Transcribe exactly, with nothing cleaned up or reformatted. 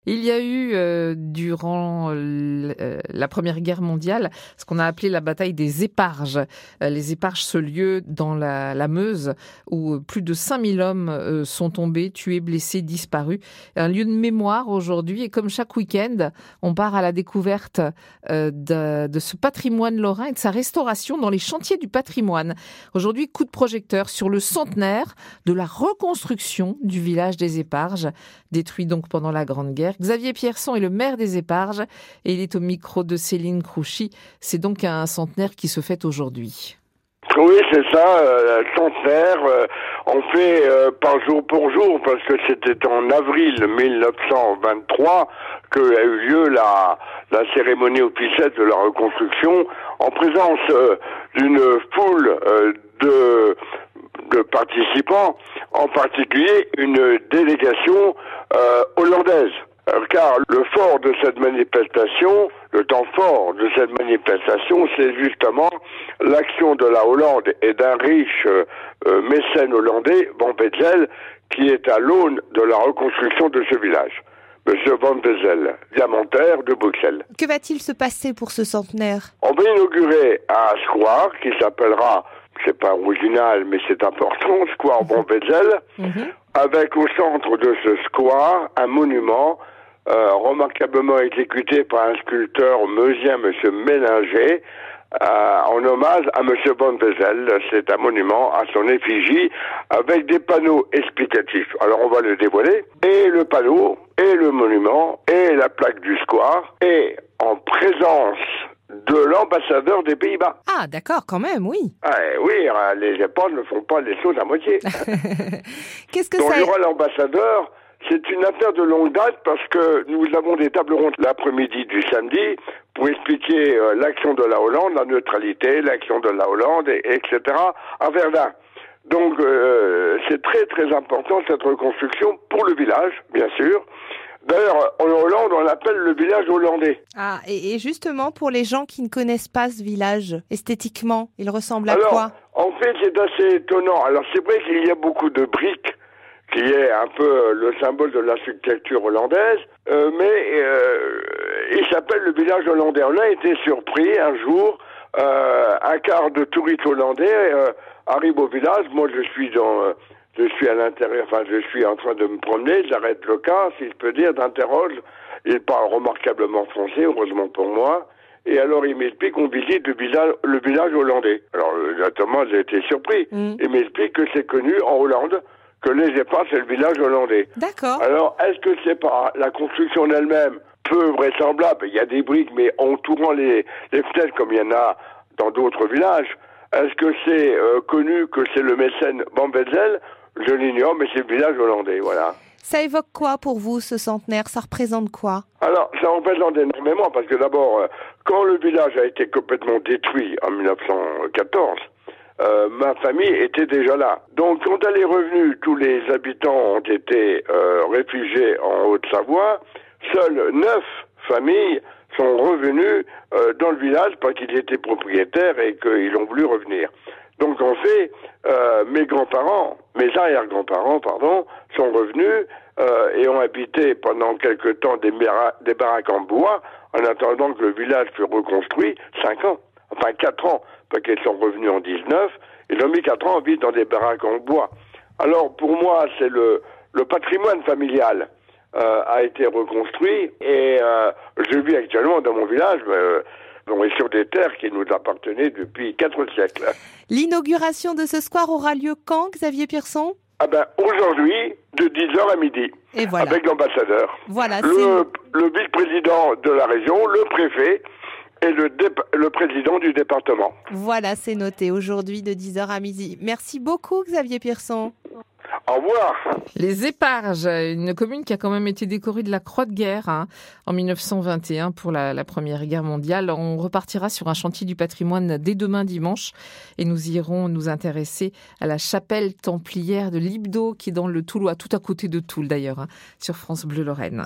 Il y a eu, euh, durant l- euh, la Première Guerre mondiale, ce qu'on a appelé la bataille des Éparges. Euh, les Éparges, ce lieu dans la, la Meuse où plus de cinq mille hommes euh, sont tombés, tués, blessés, disparus. Un lieu de mémoire aujourd'hui. Et comme chaque week-end, on part à la découverte euh, de, de ce patrimoine lorrain et de sa restauration dans les chantiers du patrimoine. Aujourd'hui, coup de projecteur sur le centenaire de la reconstruction du village des Éparges, détruit donc pendant la Grande Guerre. Xavier Pierson est le maire des Éparges et il est au micro de Céline Crouchy. C'est donc un centenaire qui se fête aujourd'hui. Oui, c'est ça, euh, centenaire, euh, on fait euh, par jour pour jour, parce que c'était en avril mille neuf cent vingt-trois qu'a eu lieu la, la cérémonie officielle de la reconstruction, en présence euh, d'une foule euh, de, de participants, en particulier une délégation euh, hollandaise. Car le fort de cette manifestation, le temps fort de cette manifestation, c'est justement l'action de la Hollande et d'un riche euh, mécène hollandais, Van Wezel, qui est à l'aune de la reconstruction de ce village. Monsieur Van Wezel, diamantaire de Bruxelles. Que va-t-il se passer pour ce centenaire ? On va inaugurer un square qui s'appellera, c'est pas original, mais c'est important, square Van Wezel, mm-hmm. avec au centre de ce square un monument Euh, remarquablement exécuté par un sculpteur meusien, Monsieur Mélinger, euh, en hommage à Monsieur Van Wezel. C'est un monument à son effigie avec des panneaux explicatifs. Alors on va le dévoiler. Et le panneau, et le monument, et la plaque du square, et en présence de l'ambassadeur des Pays-Bas. Ah, d'accord, quand même, oui. Ah, oui, les Éparges ne font pas les choses à moitié. Qu'est-ce que Donc ça... il y aura l'ambassadeur. C'est une affaire de longue date parce que nous avons des tables rondes l'après-midi du samedi pour expliquer euh, l'action de la Hollande, la neutralité, l'action de la Hollande, et, etc. à Verdun. Donc euh, c'est très très important cette reconstruction pour le village, bien sûr. D'ailleurs, en Hollande, on l'appelle le village hollandais. Ah, et, et justement, pour les gens qui ne connaissent pas ce village, esthétiquement, il ressemble à Alors, quoi ? En fait, c'est assez étonnant. Alors c'est vrai qu'il y a beaucoup de briques, qui est un peu le symbole de l'architecture hollandaise, euh, mais euh, il s'appelle le village hollandais. On a été surpris un jour, euh, un quart de touristes hollandais euh, arrive au village. Moi, je suis dans, euh, je suis à l'intérieur, enfin, je suis en train de me promener, j'arrête le car, si je peux dire, d'interroge. Il parle remarquablement français, heureusement pour moi. Et alors, il m'explique qu'on visite le village, le village hollandais. Alors, exactement, j'ai été surpris. Mm. Il m'explique que c'est connu en Hollande, que les Éparges, c'est le village hollandais. D'accord. Alors, est-ce que c'est pas la construction en elle-même peu vraisemblable? Il y a des briques, mais entourant les, les fenêtres, comme il y en a dans d'autres villages. Est-ce que c'est euh, connu que c'est le mécène Van Wezel? Je l'ignore, mais c'est le village hollandais, voilà. Ça évoque quoi pour vous, ce centenaire? Ça représente quoi? Alors, ça représente énormément, parce que d'abord, euh, quand le village a été complètement détruit en mille neuf cent quatorze, Euh, ma famille était déjà là. Donc, quand elle est revenue, tous les habitants ont été euh, réfugiés en Haute-Savoie. Seules neuf familles sont revenues euh, dans le village parce qu'ils étaient propriétaires et qu'ils ont voulu revenir. Donc, en fait, euh, mes grands-parents, mes arrière-grands-parents, pardon, sont revenus euh, et ont habité pendant quelque temps des, mara- des baraques en bois en attendant que le village fût reconstruit. Cinq ans, enfin quatre ans. Parce qu'ils sont revenus en dix-neuf, ils ont mis quatre ans à vivre dans des baraques en bois. Alors, pour moi, c'est le, le patrimoine familial euh, a été reconstruit et euh, je vis actuellement dans mon village, euh, on est sur des terres qui nous appartenaient depuis quatre siècles. L'inauguration de ce square aura lieu quand, Xavier Pierson? Ah ben, aujourd'hui, de dix heures à midi, et voilà. Avec l'ambassadeur, voilà, le, le vice-président de la région, le préfet, et le, dé- le président du département. Voilà, c'est noté aujourd'hui de dix heures à midi. Merci beaucoup, Xavier Pierson. Au revoir. Les Éparges, une commune qui a quand même été décorée de la Croix de guerre hein, en mille neuf cent vingt et un pour la, la Première Guerre mondiale. On repartira sur un chantier du patrimoine dès demain dimanche et nous irons nous intéresser à la chapelle templière de Libdo qui est dans le Toulois, tout à côté de Toul d'ailleurs, hein, sur France Bleu Lorraine.